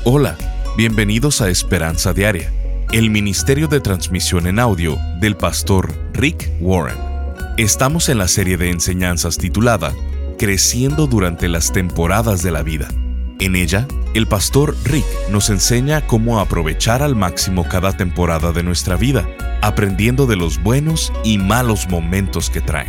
Hola, bienvenidos a Esperanza Diaria, el ministerio de transmisión en audio del pastor Rick Warren. Estamos en la serie de enseñanzas titulada Creciendo durante las temporadas de la vida. En ella, el pastor Rick nos enseña cómo aprovechar al máximo cada temporada de nuestra vida, aprendiendo de los buenos y malos momentos que traen.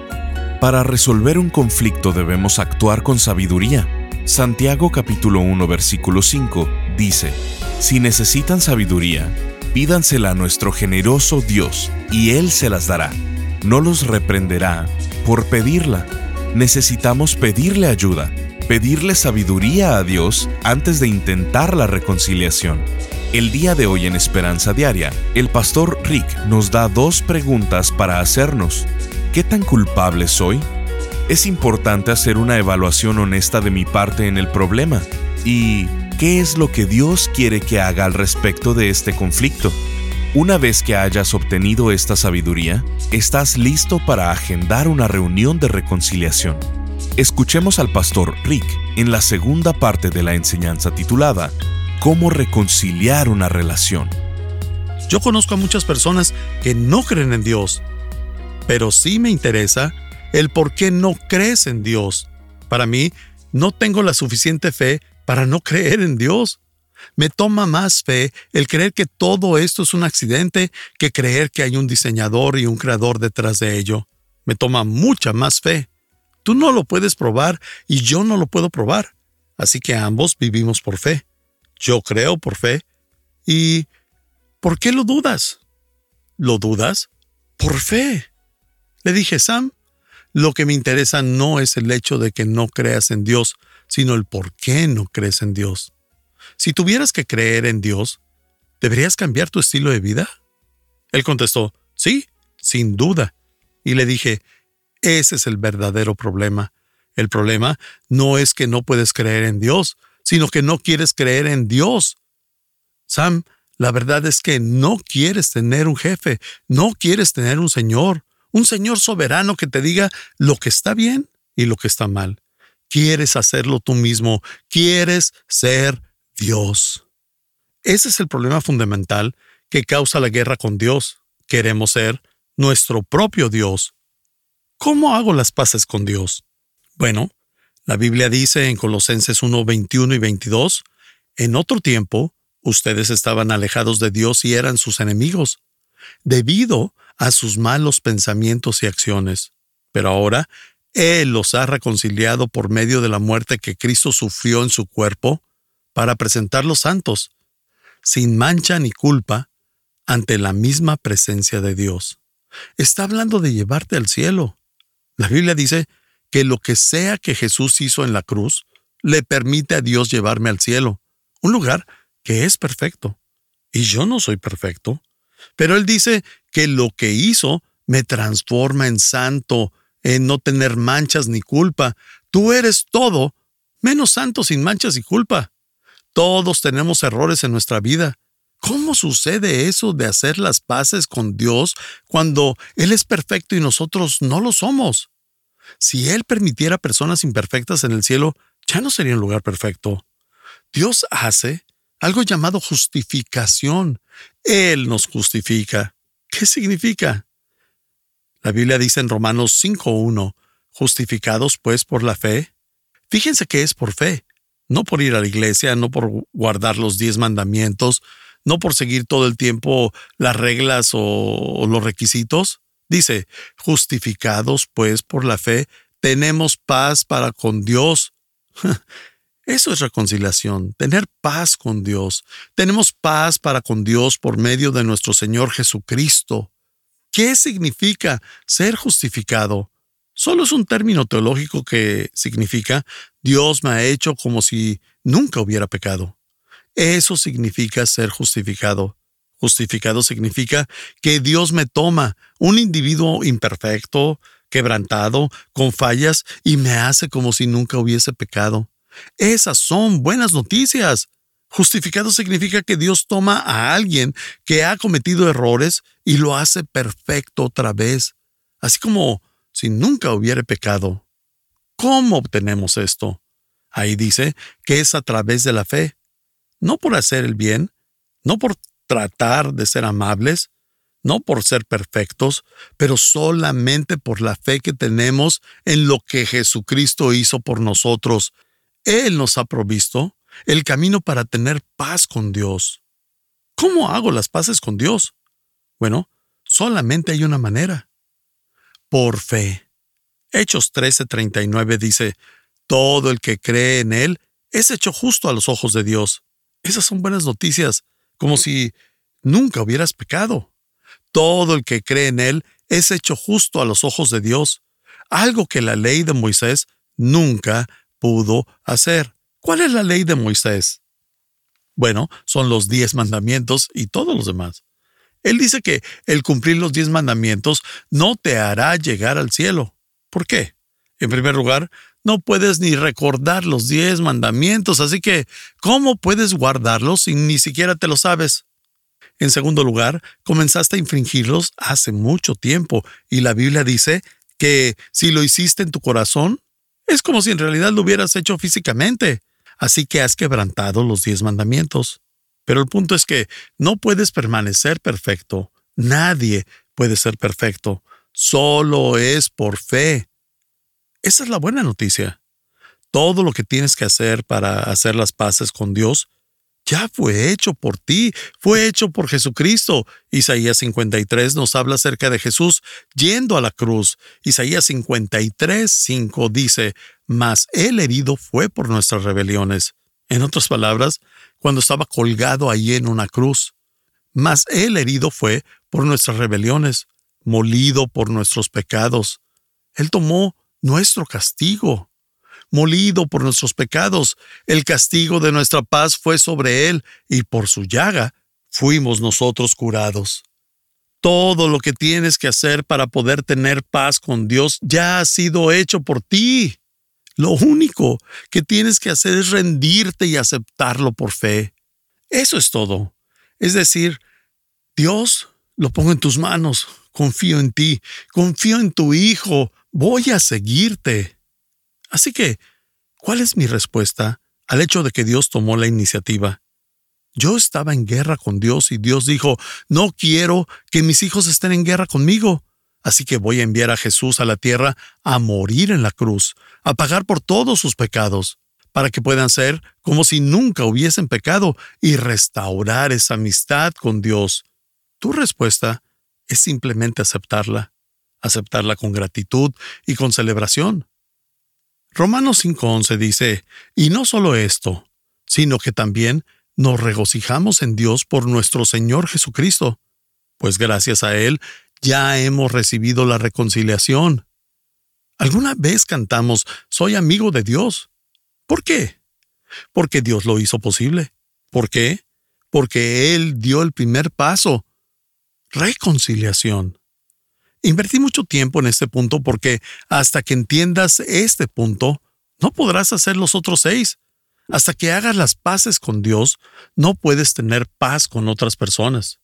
Para resolver un conflicto debemos actuar con sabiduría. Santiago capítulo 1 versículo 5 dice: Si necesitan sabiduría, pídansela a nuestro generoso Dios, y Él se las dará. No los reprenderá por pedirla. Necesitamos pedirle ayuda, pedirle sabiduría a Dios antes de intentar la reconciliación. El día de hoy en Esperanza Diaria, el pastor Rick nos da 2 preguntas para hacernos. ¿Qué tan culpable soy? Es importante hacer una evaluación honesta de mi parte en el problema. ¿Y qué es lo que Dios quiere que haga al respecto de este conflicto? Una vez que hayas obtenido esta sabiduría, estás listo para agendar una reunión de reconciliación. Escuchemos al pastor Rick en la segunda parte de la enseñanza titulada ¿Cómo reconciliar una relación? Yo conozco a muchas personas que no creen en Dios, pero sí me interesa el por qué no crees en Dios. Para mí, no tengo la suficiente fe para no creer en Dios. Me toma más fe el creer que todo esto es un accidente que creer que hay un diseñador y un creador detrás de ello. Me toma mucha más fe. Tú no lo puedes probar y yo no lo puedo probar. Así que ambos vivimos por fe. Yo creo por fe. ¿Y por qué lo dudas? ¿Lo dudas? Por fe. Le dije, Sam, lo que me interesa no es el hecho de que no creas en Dios, sino el por qué no crees en Dios. Si tuvieras que creer en Dios, ¿deberías cambiar tu estilo de vida? Él contestó, sí, sin duda. Y le dije, ese es el verdadero problema. El problema no es que no puedes creer en Dios, sino que no quieres creer en Dios. Sam, la verdad es que no quieres tener un jefe, no quieres tener un señor soberano que te diga lo que está bien y lo que está mal. Quieres hacerlo tú mismo, quieres ser Dios. Ese es el problema fundamental que causa la guerra con Dios. Queremos ser nuestro propio Dios. ¿Cómo hago las paces con Dios? Bueno, la Biblia dice en Colosenses 1, 21 y 22, en otro tiempo, ustedes estaban alejados de Dios y eran sus enemigos, debido a sus malos pensamientos y acciones. Pero ahora, Él los ha reconciliado por medio de la muerte que Cristo sufrió en su cuerpo para presentarlos santos, sin mancha ni culpa, ante la misma presencia de Dios. Está hablando de llevarte al cielo. La Biblia dice que lo que sea que Jesús hizo en la cruz, le permite a Dios llevarme al cielo, un lugar que es perfecto. Y yo no soy perfecto. Pero Él dice que lo que hizo me transforma en santo, en no tener manchas ni culpa. Tú eres todo, menos santo sin manchas y culpa. Todos tenemos errores en nuestra vida. ¿Cómo sucede eso de hacer las paces con Dios cuando Él es perfecto y nosotros no lo somos? Si Él permitiera personas imperfectas en el cielo, ya no sería un lugar perfecto. Dios hace algo llamado justificación. Él nos justifica. ¿Qué significa? La Biblia dice en Romanos 5:1, justificados pues por la fe. Fíjense que es por fe, no por ir a la iglesia, no por guardar los 10 mandamientos, no por seguir todo el tiempo las reglas o los requisitos. Dice, justificados pues por la fe, tenemos paz para con Dios. Eso es reconciliación, tener paz con Dios. Tenemos paz para con Dios por medio de nuestro Señor Jesucristo. ¿Qué significa ser justificado? Solo es un término teológico que significa Dios me ha hecho como si nunca hubiera pecado. Eso significa ser justificado. Justificado significa que Dios me toma, un individuo imperfecto, quebrantado, con fallas, y me hace como si nunca hubiese pecado. Esas son buenas noticias. Justificado significa que Dios toma a alguien que ha cometido errores y lo hace perfecto otra vez, así como si nunca hubiera pecado. ¿Cómo obtenemos esto? Ahí dice que es a través de la fe. no por hacer el bien, no por tratar de ser amables, no por ser perfectos, pero solamente por la fe que tenemos en lo que Jesucristo hizo por nosotros. Él nos ha provisto el camino para tener paz con Dios. ¿Cómo hago las paces con Dios? Bueno, solamente hay una manera: por fe. Hechos 13:39 dice: todo el que cree en Él es hecho justo a los ojos de Dios. Esas son buenas noticias, como si nunca hubieras pecado. Todo el que cree en Él es hecho justo a los ojos de Dios, algo que la ley de Moisés nunca pudo hacer. ¿Cuál es la ley de Moisés? Bueno, son los 10 mandamientos y todos los demás. Él dice que el cumplir los 10 mandamientos no te hará llegar al cielo. ¿Por qué? En primer lugar, no puedes ni recordar los 10 mandamientos, así que ¿cómo puedes guardarlos si ni siquiera te lo sabes? En segundo lugar, comenzaste a infringirlos hace mucho tiempo, y la Biblia dice que si lo hiciste en tu corazón, es como si en realidad lo hubieras hecho físicamente. Así que has quebrantado los 10 mandamientos. Pero el punto es que no puedes permanecer perfecto. Nadie puede ser perfecto. Solo es por fe. Esa es la buena noticia. Todo lo que tienes que hacer para hacer las paces con Dios ya fue hecho por ti, fue hecho por Jesucristo. Isaías 53 nos habla acerca de Jesús yendo a la cruz. Isaías 53:5 dice: mas el herido fue por nuestras rebeliones. En otras palabras, cuando estaba colgado allí en una cruz. Mas el herido fue por nuestras rebeliones, molido por nuestros pecados. Él tomó nuestro castigo. Molido por nuestros pecados, el castigo de nuestra paz fue sobre él, y por su llaga fuimos nosotros curados. Todo lo que tienes que hacer para poder tener paz con Dios ya ha sido hecho por ti. Lo único que tienes que hacer es rendirte y aceptarlo por fe. Eso es todo. Es decir, Dios, lo pongo en tus manos, confío en ti, confío en tu Hijo, voy a seguirte. Así que, ¿cuál es mi respuesta al hecho de que Dios tomó la iniciativa? Yo estaba en guerra con Dios y Dios dijo: no quiero que mis hijos estén en guerra conmigo. Así que voy a enviar a Jesús a la tierra a morir en la cruz, a pagar por todos sus pecados, para que puedan ser como si nunca hubiesen pecado y restaurar esa amistad con Dios. Tu respuesta es simplemente aceptarla con gratitud y con celebración. Romanos 5:11 dice: y no solo esto, sino que también nos regocijamos en Dios por nuestro Señor Jesucristo, pues gracias a Él ya hemos recibido la reconciliación. ¿Alguna vez cantamos: soy amigo de Dios? ¿Por qué? Porque Dios lo hizo posible. ¿Por qué? Porque Él dio el primer paso: reconciliación. Invertí mucho tiempo en este punto porque hasta que entiendas este punto, no podrás hacer los otros 6. Hasta que hagas las paces con Dios, no puedes tener paz con otras personas.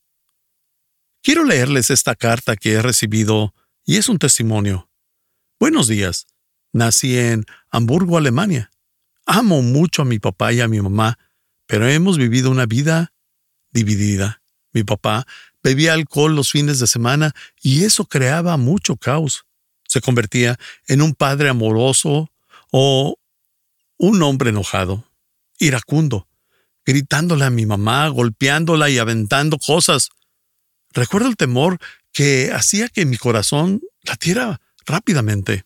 Quiero leerles esta carta que he recibido y es un testimonio. Buenos días. Nací en Hamburgo, Alemania. Amo mucho a mi papá y a mi mamá, pero hemos vivido una vida dividida. Mi papá bebía alcohol los fines de semana y eso creaba mucho caos. Se convertía en un padre amoroso o un hombre enojado, iracundo, gritándole a mi mamá, golpeándola y aventando cosas. Recuerdo el temor que hacía que mi corazón latiera rápidamente.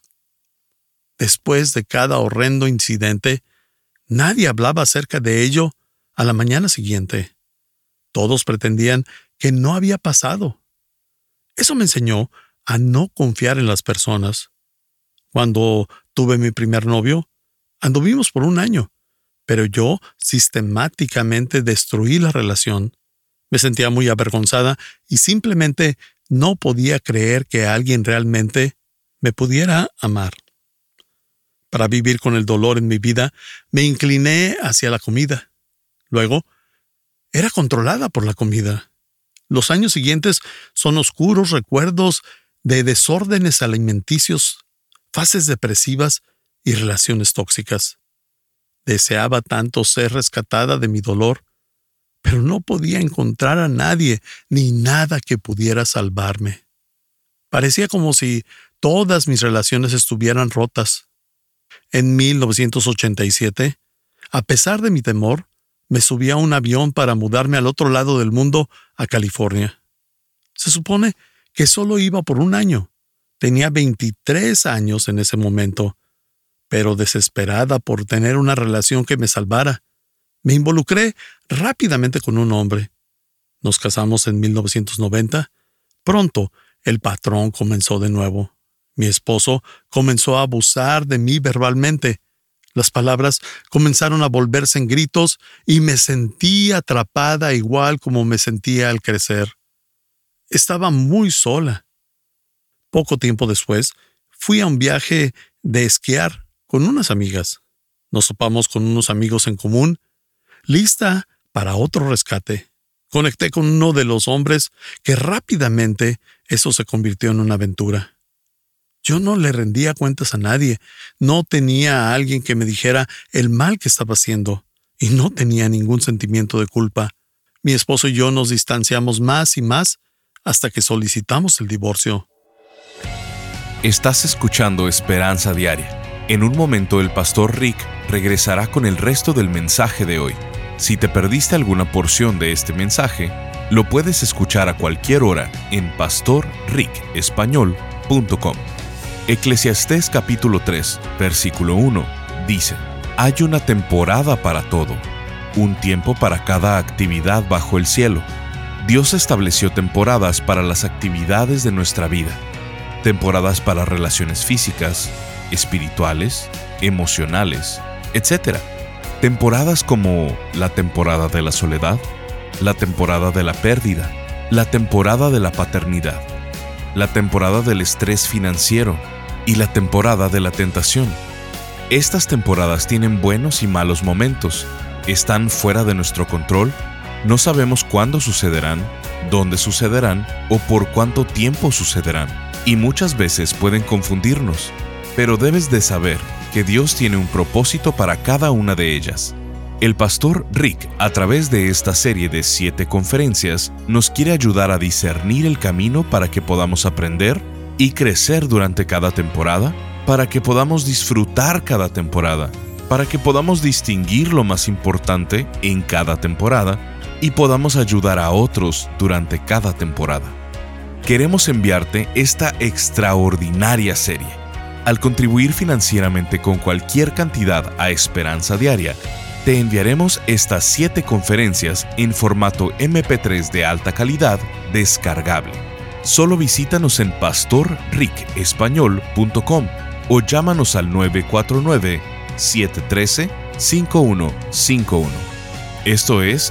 Después de cada horrendo incidente, nadie hablaba acerca de ello a la mañana siguiente. Todos pretendían que no había pasado. Eso me enseñó a no confiar en las personas. Cuando tuve mi primer novio, anduvimos por 1 año, pero yo sistemáticamente destruí la relación. Me sentía muy avergonzada y simplemente no podía creer que alguien realmente me pudiera amar. Para vivir con el dolor en mi vida, me incliné hacia la comida. Luego, era controlada por la comida. Los años siguientes son oscuros recuerdos de desórdenes alimenticios, fases depresivas y relaciones tóxicas. Deseaba tanto ser rescatada de mi dolor, pero no podía encontrar a nadie ni nada que pudiera salvarme. Parecía como si todas mis relaciones estuvieran rotas. En 1987, a pesar de mi temor, me subí a un avión para mudarme al otro lado del mundo, a California. Se supone que solo iba por un año. Tenía 23 años en ese momento, pero desesperada por tener una relación que me salvara, me involucré rápidamente con un hombre. Nos casamos en 1990. Pronto, el patrón comenzó de nuevo. Mi esposo comenzó a abusar de mí verbalmente. Las palabras comenzaron a volverse en gritos y me sentí atrapada igual como me sentía al crecer. Estaba muy sola. Poco tiempo después, fui a un viaje de esquiar con unas amigas. Nos topamos con unos amigos en común, lista para otro rescate. Conecté con uno de los hombres que rápidamente eso se convirtió en una aventura. Yo no le rendía cuentas a nadie, no tenía a alguien que me dijera el mal que estaba haciendo y no tenía ningún sentimiento de culpa. Mi esposo y yo nos distanciamos más y más hasta que solicitamos el divorcio. Estás escuchando Esperanza Diaria. En un momento el pastor Rick regresará con el resto del mensaje de hoy. Si te perdiste alguna porción de este mensaje, lo puedes escuchar a cualquier hora en pastorricespañol.com. Eclesiastés capítulo 3, versículo 1, dice: Hay una temporada para todo, un tiempo para cada actividad bajo el cielo. Dios estableció temporadas para las actividades de nuestra vida. Temporadas para relaciones físicas, espirituales, emocionales, etc. Temporadas como la temporada de la soledad, la temporada de la pérdida, la temporada de la paternidad, la temporada del estrés financiero y la temporada de la tentación. Estas temporadas tienen buenos y malos momentos, están fuera de nuestro control, no sabemos cuándo sucederán, dónde sucederán o por cuánto tiempo sucederán, y muchas veces pueden confundirnos, pero debes de saber que Dios tiene un propósito para cada una de ellas. El pastor Rick, a través de esta serie de 7 conferencias, nos quiere ayudar a discernir el camino para que podamos aprender y crecer durante cada temporada, para que podamos disfrutar cada temporada, para que podamos distinguir lo más importante en cada temporada y podamos ayudar a otros durante cada temporada. Queremos enviarte esta extraordinaria serie. Al contribuir financieramente con cualquier cantidad a Esperanza Diaria, te enviaremos estas 7 conferencias en formato MP3 de alta calidad descargable. Solo visítanos en pastorricespañol.com o llámanos al 949-713-5151. Esto es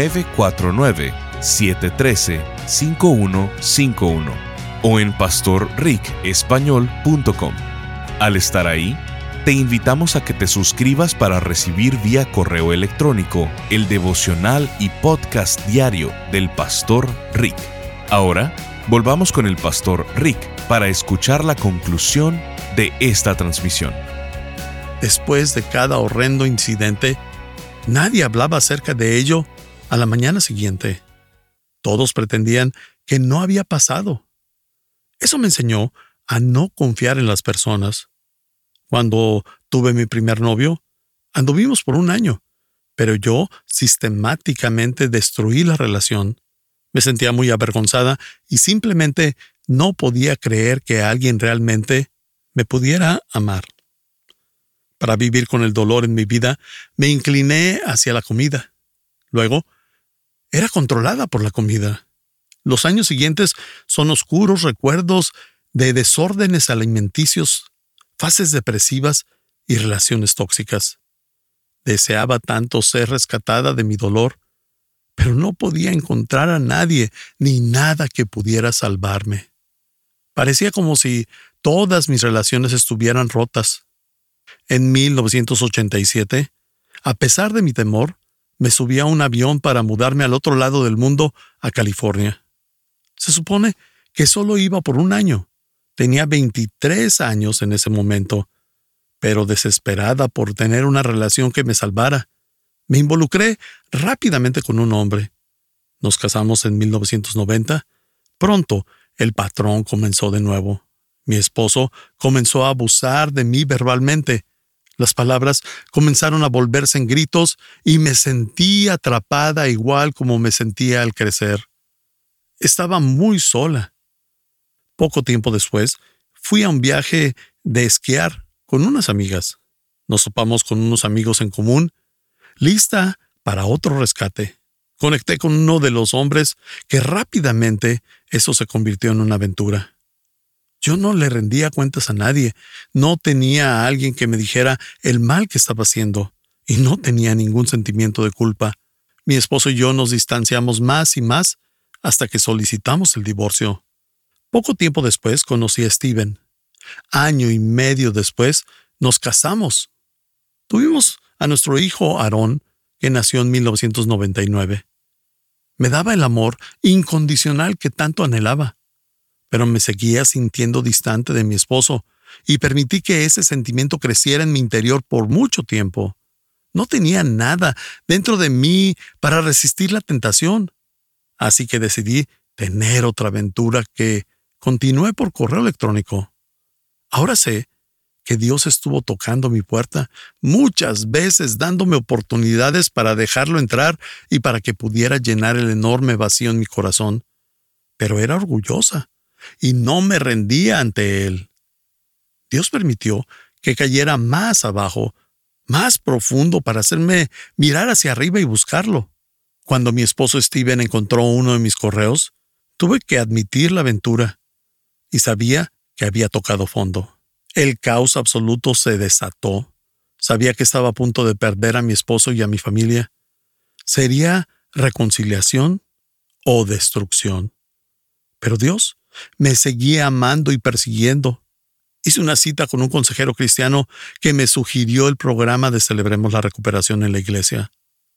949-713-5151 o en pastorricespañol.com. Al estar ahí, te invitamos a que te suscribas para recibir vía correo electrónico el devocional y podcast diario del pastor Rick. Ahora, volvamos con el pastor Rick para escuchar la conclusión de esta transmisión. Después de cada horrendo incidente, nadie hablaba acerca de ello a la mañana siguiente. Todos pretendían que no había pasado. Eso me enseñó a no confiar en las personas. Cuando tuve mi primer novio, anduvimos por un año, pero yo sistemáticamente destruí la relación. Me sentía muy avergonzada y simplemente no podía creer que alguien realmente me pudiera amar. Para vivir con el dolor en mi vida, me incliné hacia la comida. Luego, era controlada por la comida. Los años siguientes son oscuros recuerdos de desórdenes alimenticios, fases depresivas y relaciones tóxicas. Deseaba tanto ser rescatada de mi dolor, pero no podía encontrar a nadie ni nada que pudiera salvarme. Parecía como si todas mis relaciones estuvieran rotas. En 1987, a pesar de mi temor, me subí a un avión para mudarme al otro lado del mundo, a California. Se supone que solo iba por un año. Tenía 23 años en ese momento, pero desesperada por tener una relación que me salvara, Me involucré rápidamente con un hombre. Nos casamos en 1990. Pronto, el patrón comenzó de nuevo. Mi esposo comenzó a abusar de mí verbalmente. Las palabras comenzaron a volverse en gritos y me sentí atrapada igual como me sentía al crecer. Estaba muy sola. Poco tiempo después, fui a un viaje de esquiar con unas amigas. Nos topamos con unos amigos en común, lista para otro rescate. Conecté con uno de los hombres que rápidamente eso se convirtió en una aventura. Yo no le rendía cuentas a nadie, no tenía a alguien que me dijera el mal que estaba haciendo y no tenía ningún sentimiento de culpa. Mi esposo y yo nos distanciamos más y más hasta que solicitamos el divorcio. Poco tiempo después conocí a Steven. Año y medio después nos casamos. Tuvimos a nuestro hijo Aarón, que nació en 1999. Me daba el amor incondicional que tanto anhelaba, pero me seguía sintiendo distante de mi esposo y permití que ese sentimiento creciera en mi interior por mucho tiempo. No tenía nada dentro de mí para resistir la tentación, así que decidí tener otra aventura que continué por correo electrónico. Ahora sé que Dios estuvo tocando mi puerta muchas veces, dándome oportunidades para dejarlo entrar y para que pudiera llenar el enorme vacío en mi corazón. Pero era orgullosa y no me rendía ante él. Dios permitió que cayera más abajo, más profundo, para hacerme mirar hacia arriba y buscarlo. Cuando mi esposo Steven encontró uno de mis correos, tuve que admitir la aventura y sabía que había tocado fondo. El caos absoluto se desató. Sabía que estaba a punto de perder a mi esposo y a mi familia. ¿Sería reconciliación o destrucción? Pero Dios me seguía amando y persiguiendo. Hice una cita con un consejero cristiano que me sugirió el programa de Celebremos la Recuperación en la iglesia.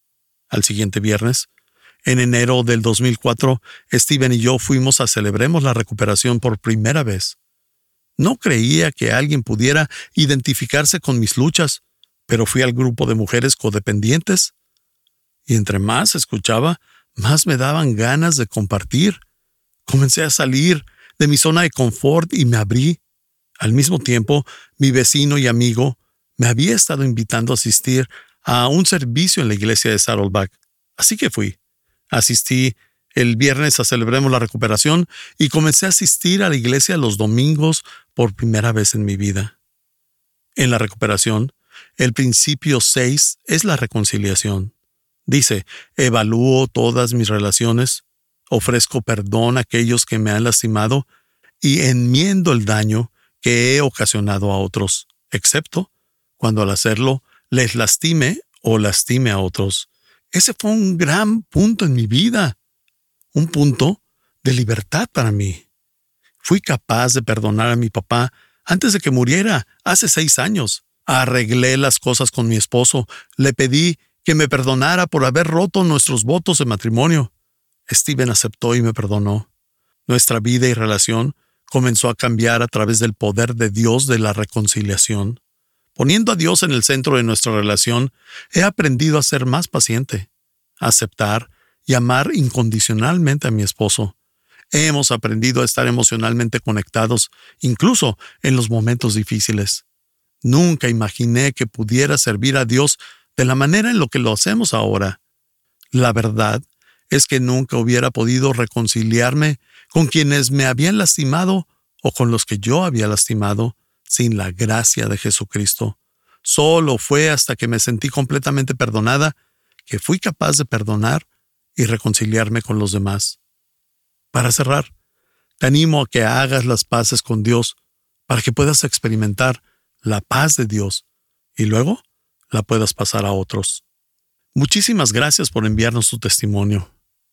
Al siguiente viernes, en enero del 2004, Steven y yo fuimos a Celebremos la Recuperación por primera vez. No creía que alguien pudiera identificarse con mis luchas, pero fui al grupo de mujeres codependientes. Y entre más escuchaba, más me daban ganas de compartir. Comencé a salir de mi zona de confort y me abrí. Al mismo tiempo, mi vecino y amigo me había estado invitando a asistir a un servicio en la iglesia de Saddleback. Así que fui. Asistí el viernes a Celebremos la Recuperación y comencé a asistir a la iglesia los domingos por primera vez en mi vida. En la recuperación, el principio 6 es la reconciliación. Dice, evalúo todas mis relaciones, ofrezco perdón a aquellos que me han lastimado y enmiendo el daño que he ocasionado a otros, excepto cuando al hacerlo les lastime o lastime a otros. Ese fue un gran punto en mi vida, un punto de libertad para mí. Fui capaz de perdonar a mi papá antes de que muriera, hace 6 años. Arreglé las cosas con mi esposo. Le pedí que me perdonara por haber roto nuestros votos de matrimonio. Steven aceptó y me perdonó. Nuestra vida y relación comenzó a cambiar a través del poder de Dios de la reconciliación. Poniendo a Dios en el centro de nuestra relación, he aprendido a ser más paciente, a aceptar y amar incondicionalmente a mi esposo. Hemos aprendido a estar emocionalmente conectados, incluso en los momentos difíciles. Nunca imaginé que pudiera servir a Dios de la manera en la que lo hacemos ahora. La verdad es que nunca hubiera podido reconciliarme con quienes me habían lastimado o con los que yo había lastimado sin la gracia de Jesucristo. Solo fue hasta que me sentí completamente perdonada que fui capaz de perdonar y reconciliarme con los demás. Para cerrar, te animo a que hagas las paces con Dios para que puedas experimentar la paz de Dios y luego la puedas pasar a otros. Muchísimas gracias por enviarnos tu testimonio.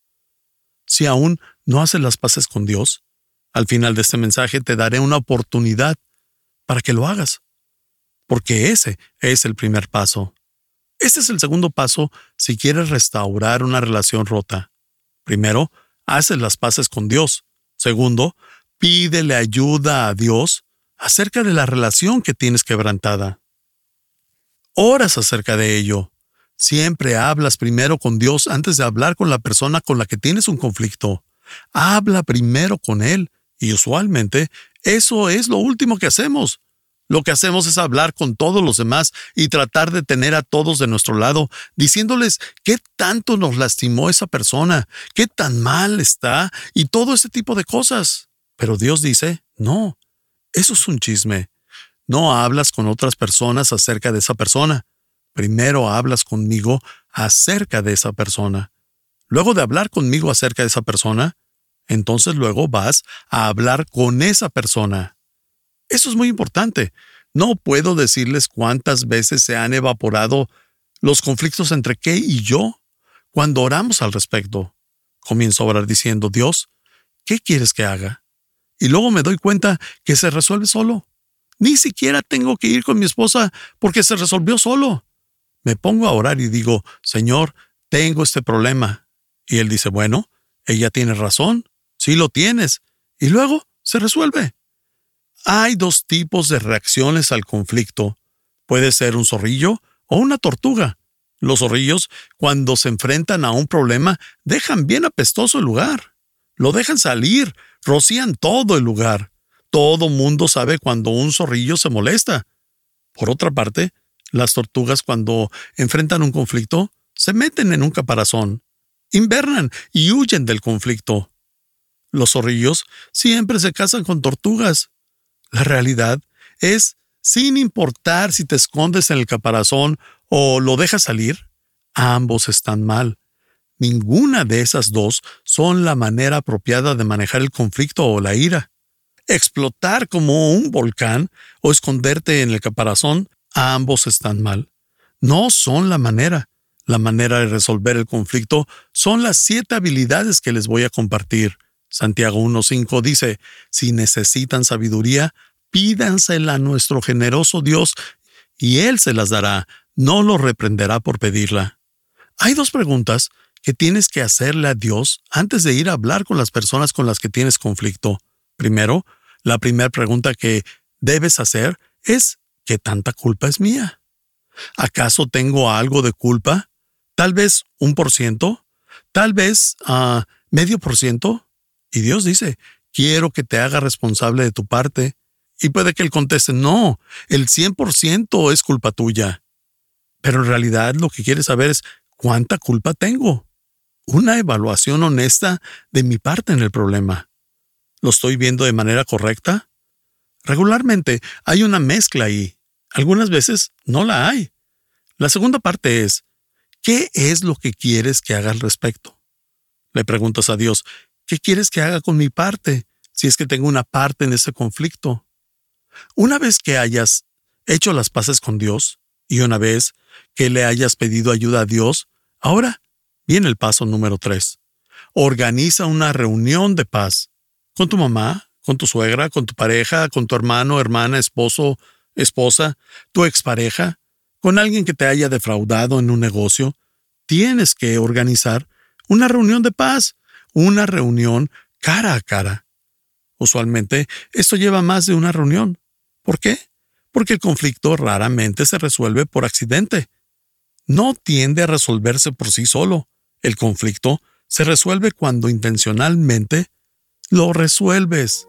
Si aún no haces las paces con Dios, al final de este mensaje te daré una oportunidad para que lo hagas, porque ese es el primer paso. Este es el segundo paso si quieres restaurar una relación rota. Primero, haces las paces con Dios. Segundo, pídele ayuda a Dios acerca de la relación que tienes quebrantada. Oras acerca de ello. Siempre hablas primero con Dios antes de hablar con la persona con la que tienes un conflicto. Habla primero con Él, y usualmente eso es lo último que hacemos. Lo que hacemos es hablar con todos los demás y tratar de tener a todos de nuestro lado, diciéndoles qué tanto nos lastimó esa persona, qué tan mal está y todo ese tipo de cosas. Pero Dios dice, no, eso es un chisme. No hablas con otras personas acerca de esa persona. Primero hablas conmigo acerca de esa persona. Luego de hablar conmigo acerca de esa persona, entonces luego vas a hablar con esa persona. Eso es muy importante. No puedo decirles cuántas veces se han evaporado los conflictos entre Kay y yo cuando oramos al respecto. Comienzo a orar diciendo, Dios, ¿qué quieres que haga? Y luego me doy cuenta que se resuelve solo. Ni siquiera tengo que ir con mi esposa porque se resolvió solo. Me pongo a orar y digo, Señor, tengo este problema. Y Él dice, bueno, ella tiene razón, sí lo tienes. Y luego se resuelve. Hay dos tipos de reacciones al conflicto. Puede ser un zorrillo o una tortuga. Los zorrillos, cuando se enfrentan a un problema, dejan bien apestoso el lugar. Lo dejan salir, rocían todo el lugar. Todo mundo sabe cuando un zorrillo se molesta. Por otra parte, las tortugas, cuando enfrentan un conflicto, se meten en un caparazón, invernan y huyen del conflicto. Los zorrillos siempre se casan con tortugas. La realidad es, sin importar si te escondes en el caparazón o lo dejas salir, ambos están mal. Ninguna de esas dos son la manera apropiada de manejar el conflicto o la ira. Explotar como un volcán o esconderte en el caparazón, ambos están mal. No son la manera. La manera de resolver el conflicto son las 7 habilidades que les voy a compartir. Santiago 1:5 dice, si necesitan sabiduría, pídansela a nuestro generoso Dios, y Él se las dará, no los reprenderá por pedirla. Hay 2 preguntas que tienes que hacerle a Dios antes de ir a hablar con las personas con las que tienes conflicto. Primero, la primera pregunta que debes hacer es, ¿qué tanta culpa es mía? ¿Acaso tengo algo de culpa? ¿Tal vez 1%? ¿Tal vez 0.5%? Y Dios dice, quiero que te haga responsable de tu parte. Y puede que Él conteste, no, el 100% es culpa tuya. Pero en realidad lo que quiere saber es, ¿cuánta culpa tengo? Una evaluación honesta de mi parte en el problema. ¿Lo estoy viendo de manera correcta? Regularmente hay una mezcla ahí. Algunas veces no la hay. La segunda parte es, ¿qué es lo que quieres que haga al respecto? Le preguntas a Dios, ¿qué quieres que haga con mi parte, si es que tengo una parte en ese conflicto? Una vez que hayas hecho las paces con Dios, y una vez que le hayas pedido ayuda a Dios, ahora viene el paso número 3. Organiza una reunión de paz con tu mamá, con tu suegra, con tu pareja, con tu hermano, hermana, esposo, esposa, tu expareja, con alguien que te haya defraudado en un negocio. Tienes que organizar una reunión de paz, una reunión cara a cara. Usualmente, esto lleva más de una reunión. ¿Por qué? Porque el conflicto raramente se resuelve por accidente. No tiende a resolverse por sí solo. El conflicto se resuelve cuando intencionalmente lo resuelves.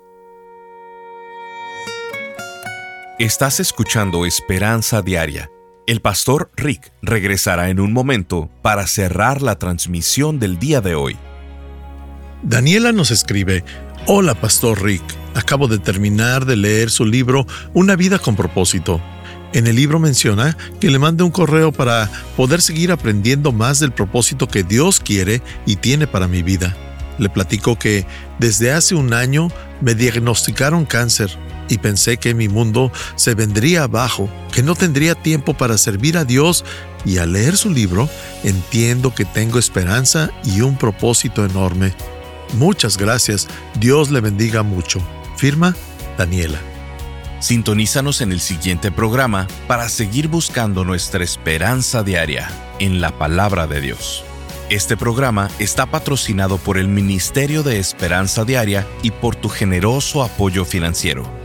Estás escuchando Esperanza Diaria. El pastor Rick regresará en un momento para cerrar la transmisión del día de hoy. Daniela nos escribe, hola Pastor Rick, acabo de terminar de leer su libro Una vida con propósito. En el libro menciona que le mande un correo para poder seguir aprendiendo más del propósito que Dios quiere y tiene para mi vida. Le platico que desde hace un año me diagnosticaron cáncer y pensé que mi mundo se vendría abajo, que no tendría tiempo para servir a Dios, y al leer su libro entiendo que tengo esperanza y un propósito enorme. Muchas gracias, Dios le bendiga mucho. Firma, Daniela. Sintonízanos en el siguiente programa para seguir buscando nuestra esperanza diaria en la palabra de Dios. Este programa está patrocinado por el Ministerio de Esperanza Diaria y por tu generoso apoyo financiero.